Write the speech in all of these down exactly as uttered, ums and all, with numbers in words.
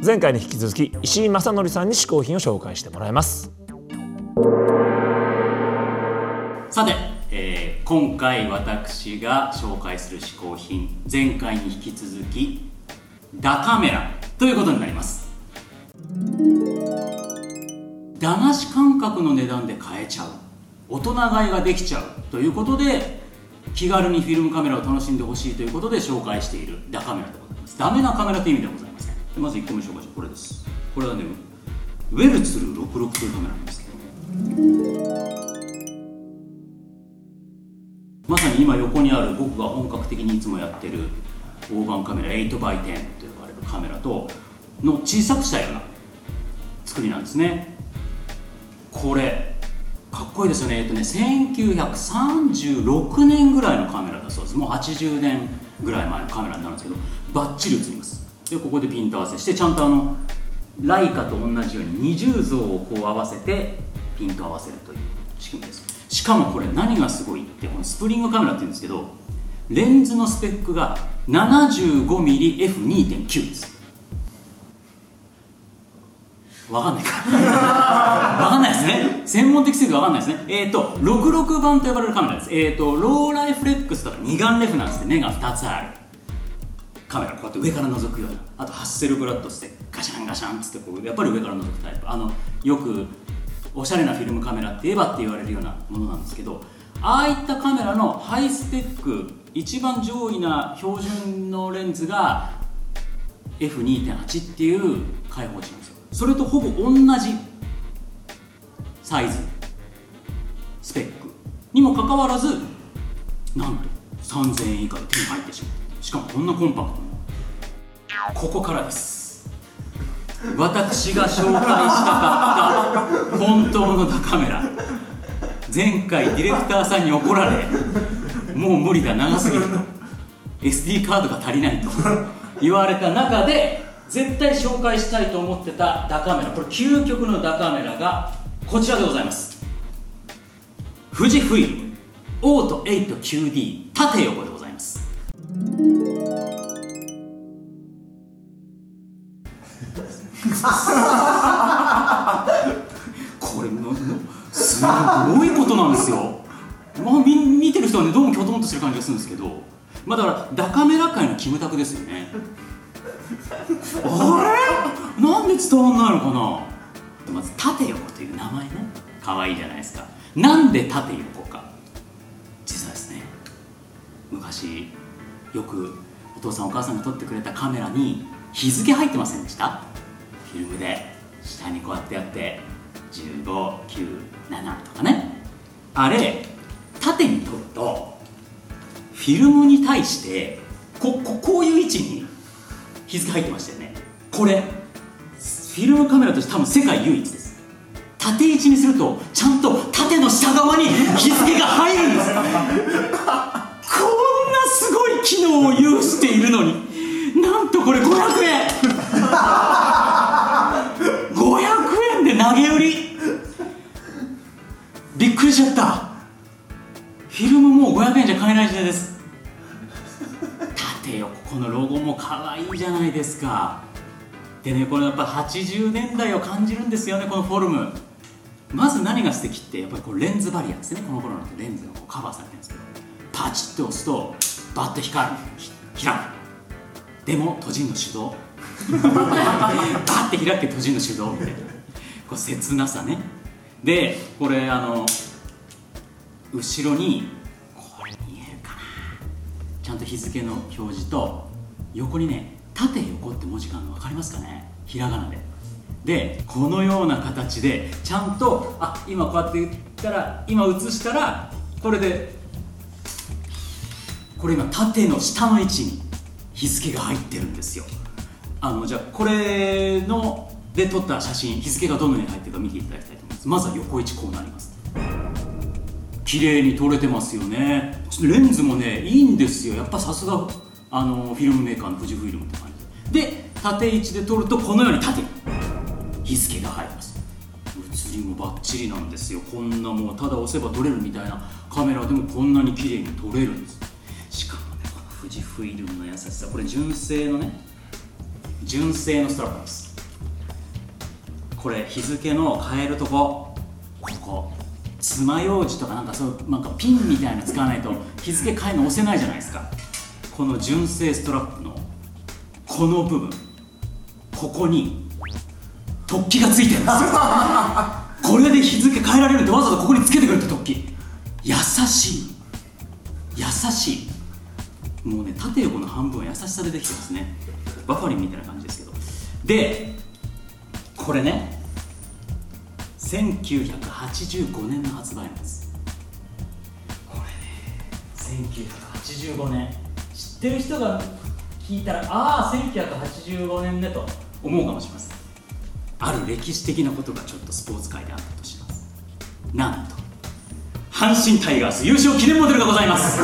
前回に引き続き石井正則さんに試行品を紹介してもらいます。 さて、えー、今回私が紹介する試行品、前回に引き続きダカメラということになります。駄菓子感覚の値段で買えちゃう、大人買いができちゃうということで、気軽にフィルムカメラを楽しんでほしいということで紹介しているダカメラでございます。ダメなカメラという意味ではございません。でまずいっこめ紹介しよう。これです。これはね、ウェルツルろくじゅうろくというカメラなんですけども、まさに今横にある僕が本格的にいつもやってる大判カメラ エイトバイテン と呼ばれるカメラとの小さくしたような作りなんですね。これかっこいいですよね。えっとねせんきゅうひゃくさんじゅうろくねんぐらいのカメラだそうです。もうはちじゅうねんぐらい前のカメラになるんですけど、バッチリ写ります。でここでピント合わせして、ちゃんとあのライカと同じように二重像をこう合わせてピント合わせるという仕組みです。しかもこれ何がすごいって、このスプリングカメラっていうんですけど、レンズのスペックが ななじゅうごミリエフにてんきゅう です。わかんないかわかんないですね。専門的すぎてわかんないですね。えっ、ー、とろくじゅうろくばんと呼ばれるカメラです。えっ、ー、とローライフレックスとか二眼レフなんですね。目がふたつあるカメラ、こうやって上から覗くような。あとハッセルブラッドしてガシャンガシャンっつってこうやっぱり上から覗くタイプ。あのよくおしゃれなフィルムカメラって言えばって言われるようなものなんですけど、ああいったカメラのハイスペック、一番上位な標準のレンズが エフにてんはち っていう開放値なんですよ。それとほぼ同じサイズスペックにもかかわらず、なんとさんぜんえん以下で手に入ってしまう。しかもこんなコンパクトな。ここからです。私が紹介したかった本当のダカメラ。前回ディレクターさんに怒られ、もう無理だ、長すぎると、 エスディー カードが足りないと言われた中で絶対紹介したいと思ってたダカメラ、これ究極のダカメラがこちらでございます。富士フイルムオート エイトキューディー 縦横でございます。これのすごいことなんですよ。まあ、見てる人はね、どうもきょとんとする感じがするんですけど、まあ、だからダカメラ界のキムタクですよね。あれなんで伝わんないのかな。まず縦横という名前ね、可愛いじゃないですか。なんで縦横か。実はですね、昔よくお父さんお母さんが撮ってくれたカメラに日付入ってませんでした？フィルムで下にこうやってやってじゅうご、きゅう、ななとかね。あれ縦に撮るとフィルムに対してこここういう位置に日付入ってましたよね。これフィルムカメラとして多分世界唯一です。縦位置にするとちゃんと縦の下側に日付が入るんですこんなすごい機能を有しているのに、なんとこれごひゃくえんごひゃくえんで投げ売り。びっくりしちゃった。フィルムもうごひゃくえんじゃ買えない時代です。縦横、このロゴも可愛いじゃないですか。でね、これやっぱはちじゅうねんだいを感じるんですよね、このフォルム。まず何が素敵って、やっぱりこうレンズバリアですね。この頃のレンズがこうカバーされてるんですけど、パチッと押すとバッと光る、開く。でも閉じんの手動バッて開け閉じんの手動みたいな、こう切なさね。でこれあの後ろにこれ見えるかな、ちゃんと日付の表示と横にね、縦横って文字があるの分かりますかね、ひらがなで。でこのような形でちゃんと、あ、今こうやって言ったら、今映したらこれで、これ今縦の下の位置に日付が入ってるんですよ。あのじゃあこれので撮った写真、日付がどのように入ってるか見ていただきたいと思います。まずは横位置こうなります。綺麗に撮れてますよね。レンズもねいいんですよ。やっぱさすがあのフィルムメーカーの富士フイルムって感じで、縦位置で撮るとこのように縦に日付が入ります。写りもバッチリなんですよ。こんなもうただ押せば撮れるみたいなカメラでもこんなに綺麗に撮れるんです。しかもね、この富士フイルムの優しさ、これ純正のね、純正のストラップです。 これ日付の変えるとこ、ここ爪楊枝とかなんかそうなんかピンみたいなの使わないと日付変えるの押せないじゃないですか。この純正ストラップのこの部分、ここに突起がついてるんですよこれで日付変えられるってわざわざここにつけてくれた突起、優しい優しい、もうね縦横の半分は優しさでできてますね。バファリンみたいな感じですけど。でこれねせんきゅうひゃくはちじゅうごねんの発売なんです。これねせんきゅうひゃくはちじゅうごねん知ってる人が聞いたら、ああせんきゅうひゃくはちじゅうごねんねと思うかもしれません。ある歴史的なことがちょっとスポーツ界であったとします。なんと阪神タイガース優勝記念モデルがございます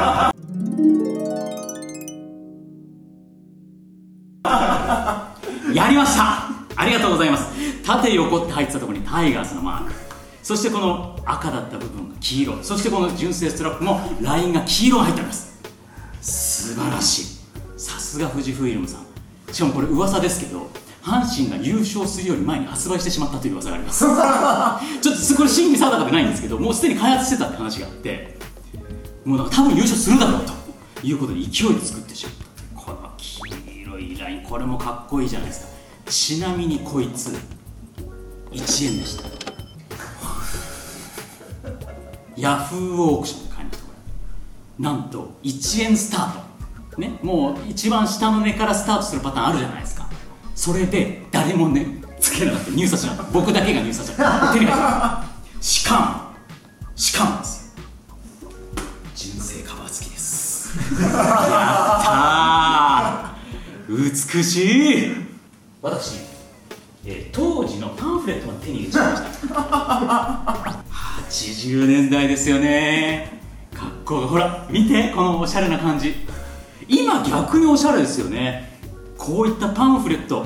やりました、ありがとうございます。縦横って入ってたところにタイガースのマーク、そしてこの赤だった部分が黄色、そしてこの純正ストラップもラインが黄色が入っております。素晴らしい、さすが富士フイルムさん。しかもこれ噂ですけど阪神が優勝するより前に発売してしまったという噂がありますちょっとこれ真偽定かでないんですけど、もうすでに開発してたって話があって、もうなんか多分優勝するだろうということで勢いで作ってしまった。この黄色いライン、これもかっこいいじゃないですか。ちなみにこいついちえんでしたヤフーオークションで買いました。これなんといちえんスタートね、もう一番下の値からスタートするパターンあるじゃないですか。それで誰もねつけなかった、入札しなかった、僕だけが入札しなかった、手に入った。しかもしかもですよ、純正カバー付きですやったー、美しい。私、えー、当時のパンフレットまで手に入れちゃいましたはちじゅうねんだいですよね。格好がほら見て、このおしゃれな感じ。今逆におしゃれですよね。こういったパンフレット、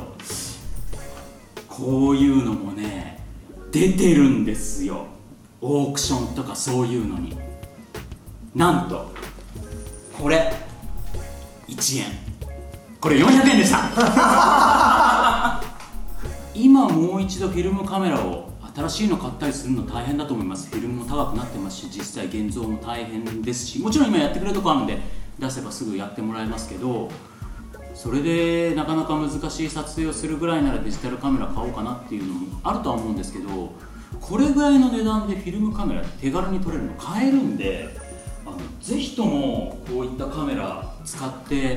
こういうのもね出てるんですよ、オークションとかそういうのに。なんとこれいちえん、これよんひゃくえんでした今もう一度フィルムカメラを新しいの買ったりするの大変だと思います。フィルムも高くなってますし、実際現像も大変ですし、もちろん今やってくれるとこあるんで出せばすぐやってもらえますけど、それでなかなか難しい撮影をするぐらいならデジタルカメラ買おうかなっていうのもあるとは思うんですけど、これぐらいの値段でフィルムカメラ手軽に撮れるの買えるんで、あのぜひともこういったカメラ使って、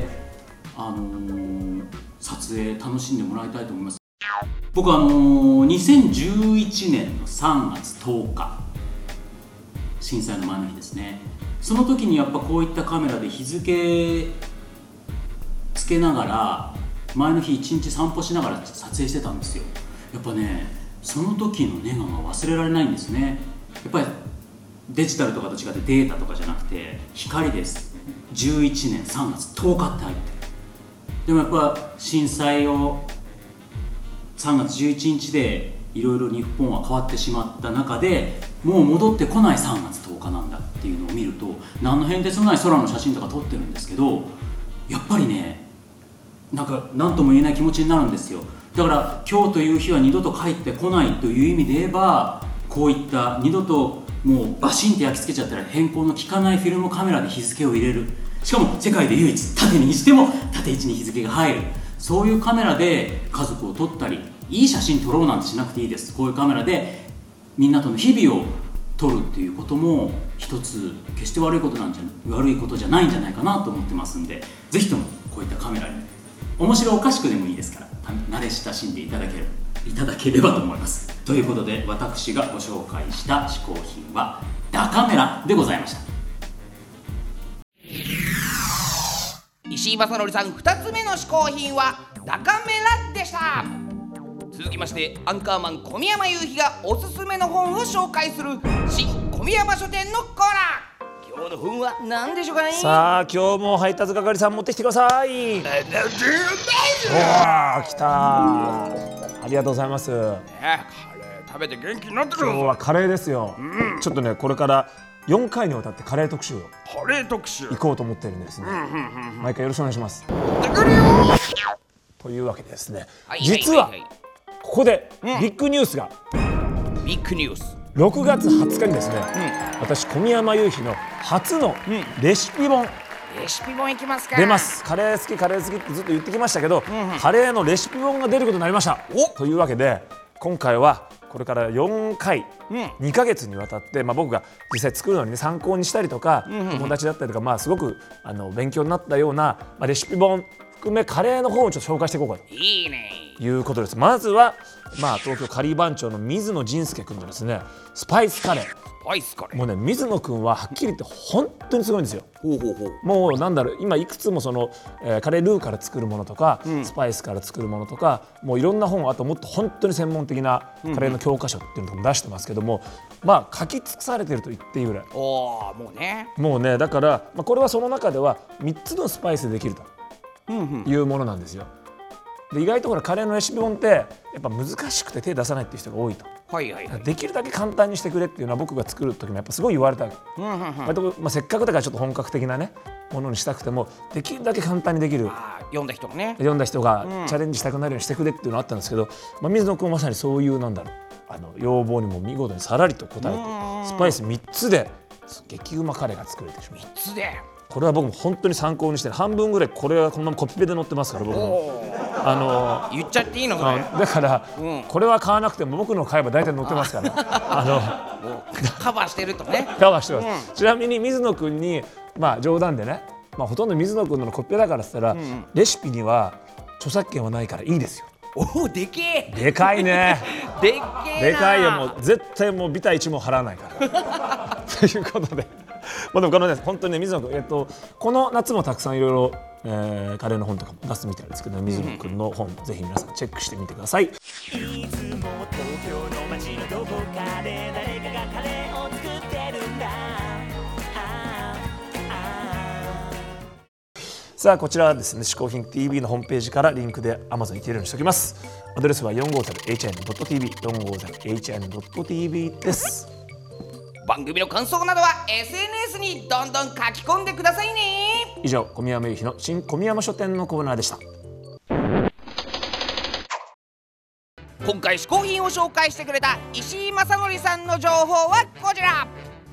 あのー、撮影楽しんでもらいたいと思います。僕あのー、にせんじゅういちねんのさんがつとおか、震災の前の日ですね。その時にやっぱこういったカメラで日付つけながら前の日一日散歩しながら撮影してたんですよ。やっぱねその時のネガが忘れられないんですね。やっぱりデジタルとかと違ってデータとかじゃなくて光です。じゅういちねんさんがつとおかって入ってる。でもやっぱ震災をさんがつじゅういちにちでいろいろ日本は変わってしまった中で、もう戻ってこないさんがつとおかなんだっていうのを見ると、何の変哲もない空の写真とか撮ってるんですけど、やっぱりねなんか何とも言えない気持ちになるんですよ。だから今日という日は二度と帰ってこないという意味で言えば、こういった二度ともうバシンって焼き付けちゃったら変更の効かないフィルムカメラで日付を入れる、しかも世界で唯一縦にしても縦位置に日付が入る、そういうカメラで家族を撮ったり、いい写真撮ろうなんてしなくていいです。こういうカメラでみんなとの日々を撮るっていうことも一つ決して悪いことなんじゃ悪いことじゃないんじゃないかなと思ってますんで、ぜひともこういったカメラに面白おかしくでもいいですから慣れ親しんでいただけるいただければと思います。ということで私がご紹介した嗜好品はダカメラでございました。 石井正則さんふたつめの嗜好品はダカメラでした。続きましてアンカーマン小宮山雄飛がおすすめの本を紹介する新小宮山書店のコーナー。今日の本は何でしょうかね。 さあ今日も配達係さん持ってきてください。おー来たー、ありがとうございます。 ね、カレー食べて元気になってる。 今日はカレーですよ、うん、ちょっとねこれからよんかいにわたってカレー特集をカレー特集行こうと思ってるんですね、うんうんうんうん、毎回よろしくお願いします。というわけでですね、はい、実はここでビッグニュースが、 ビッグニュース。 ろくがつはつかにですね、私小宮山雄飛の初のレシピ本レシピ本いきますか。 出ます。カレー好きカレー好きってずっと言ってきましたけど、カレーのレシピ本が出ることになりました。というわけで今回はこれからよんかい、にかげつにわたって、まあ、僕が実際作るのに、ね、参考にしたりとか、友達だったりとか、まあ、すごくあの勉強になったような、まあ、レシピ本含めカレーの方をちょっと紹介していこうかといいねいうことです。まずは、まあ、東京カリー番長の水野仁介君のですねスパイスカレー。 スパイスカレー。 もうね水野君ははっきり言って本当にすごいんですよ。 ほうほうほう。 もうなんだろう、今いくつもその、えー、カレールーから作るものとか、うん、スパイスから作るものとか、もういろんな本、あともっと本当に専門的なカレーの教科書っていうのも出してますけども、うん、まあ書き尽くされてると言っていいぐらい。 おー、もうねもうねだから、まあ、これはその中ではみっつのスパイスでできるというものなんですよ。で意外とほらカレーのレシピ本ってやっぱ難しくて手出さないっていう人が多いと。 はいはいはい、 できるだけ簡単にしてくれっていうのは僕が作る時もやっぱすごい言われたわけ、うんうんうん、割と、まあ、せっかくだからちょっと本格的なねものにしたくてもできるだけ簡単にできる、 あ読んだ人もね読んだ人がチャレンジしたくなるようにしてくれっていうのがあったんですけど、まあ、水野君はまさにそういうなんだろうあの要望にも見事にさらりと応えてスパイスみっつで激うまカレーが作れてしまう。 みっつでこれは僕も本当に参考にして半分ぐらいこれはこのままコピペで載ってますから僕もあの言っちゃっていいのかな。だから、うん、これは買わなくても僕の買えば大体載ってますからあのカバーしてるとねカバーしてます、うん、ちなみに水野君にまあ冗談でね、まあ、ほとんど水野君のコピペだからって言ったら、うん、レシピには著作権はないからいいですよ。 おおでけえでかいねでっけえでかいよ。もう絶対もうビタいちも払わないからということでまあでもこのね本当にね水野君、えっと、この夏もたくさんいろいろ、えー、カレーの本とかも出すみたいですけど、ね、水野君の本、うん、ぜひ皆さんチェックしてみてください。いつも東京の街のどこかで誰かがカレーを作ってるんだ。さあこちらはですね嗜好品 ティーブイ のホームページからリンクで Amazon に行けるようにしておきます。アドレスは よんごゼロエイチアイエヌドットティーブイ よんごゼロエイチアイエヌドットティーブイ です。 番組の感想などは エスエヌエス にどんどん書き込んでくださいね。 以上小宮山雄飛の新小宮山書店のコーナーでした。 今回嗜好品を紹介してくれた石井正則さんの情報はこちら。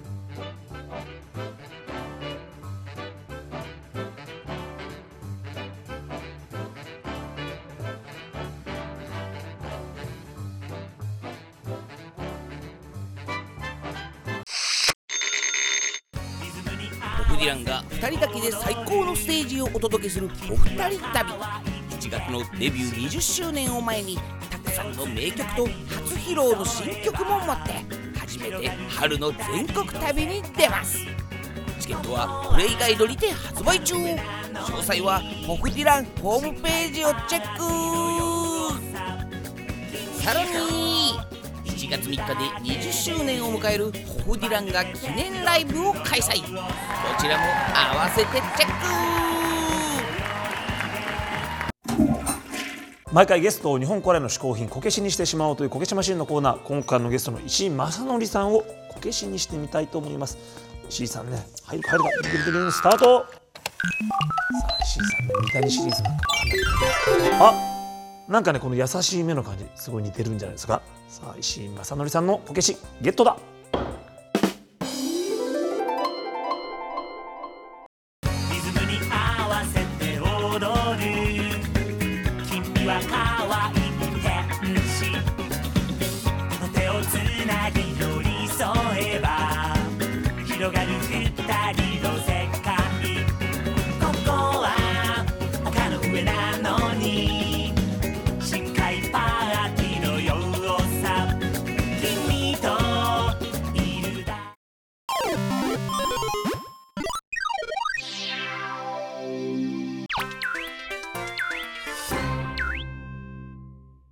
ホフディランがふたりだけで最高のステージをお届けするホフタリ旅。しちがつのデビューにじゅっしゅうねんを前にたくさんの名曲と初披露の新曲も持って初めて春の全国旅に出ます。チケットはプレイガイドにて発売中。詳細はホフディランホームページをチェック。さらにしちがつみっかでにじゅっしゅうねんを迎えるホフディランが記念ライブを開催。こちらも合わせてチェック。 毎回ゲストを日本古来の嗜好品こけしにしてしまおうというこけしマシンのコーナー。今回のゲストの石井正則さんをこけしにしてみたいと思います。石井さんね入るか入るかビリビリにスタート。さあ石井さんね三谷シリーズなんかかなりあなんかねこの優しい目の感じすごい似てるんじゃないですか。さあ石井正則さんのこけしゲットだ。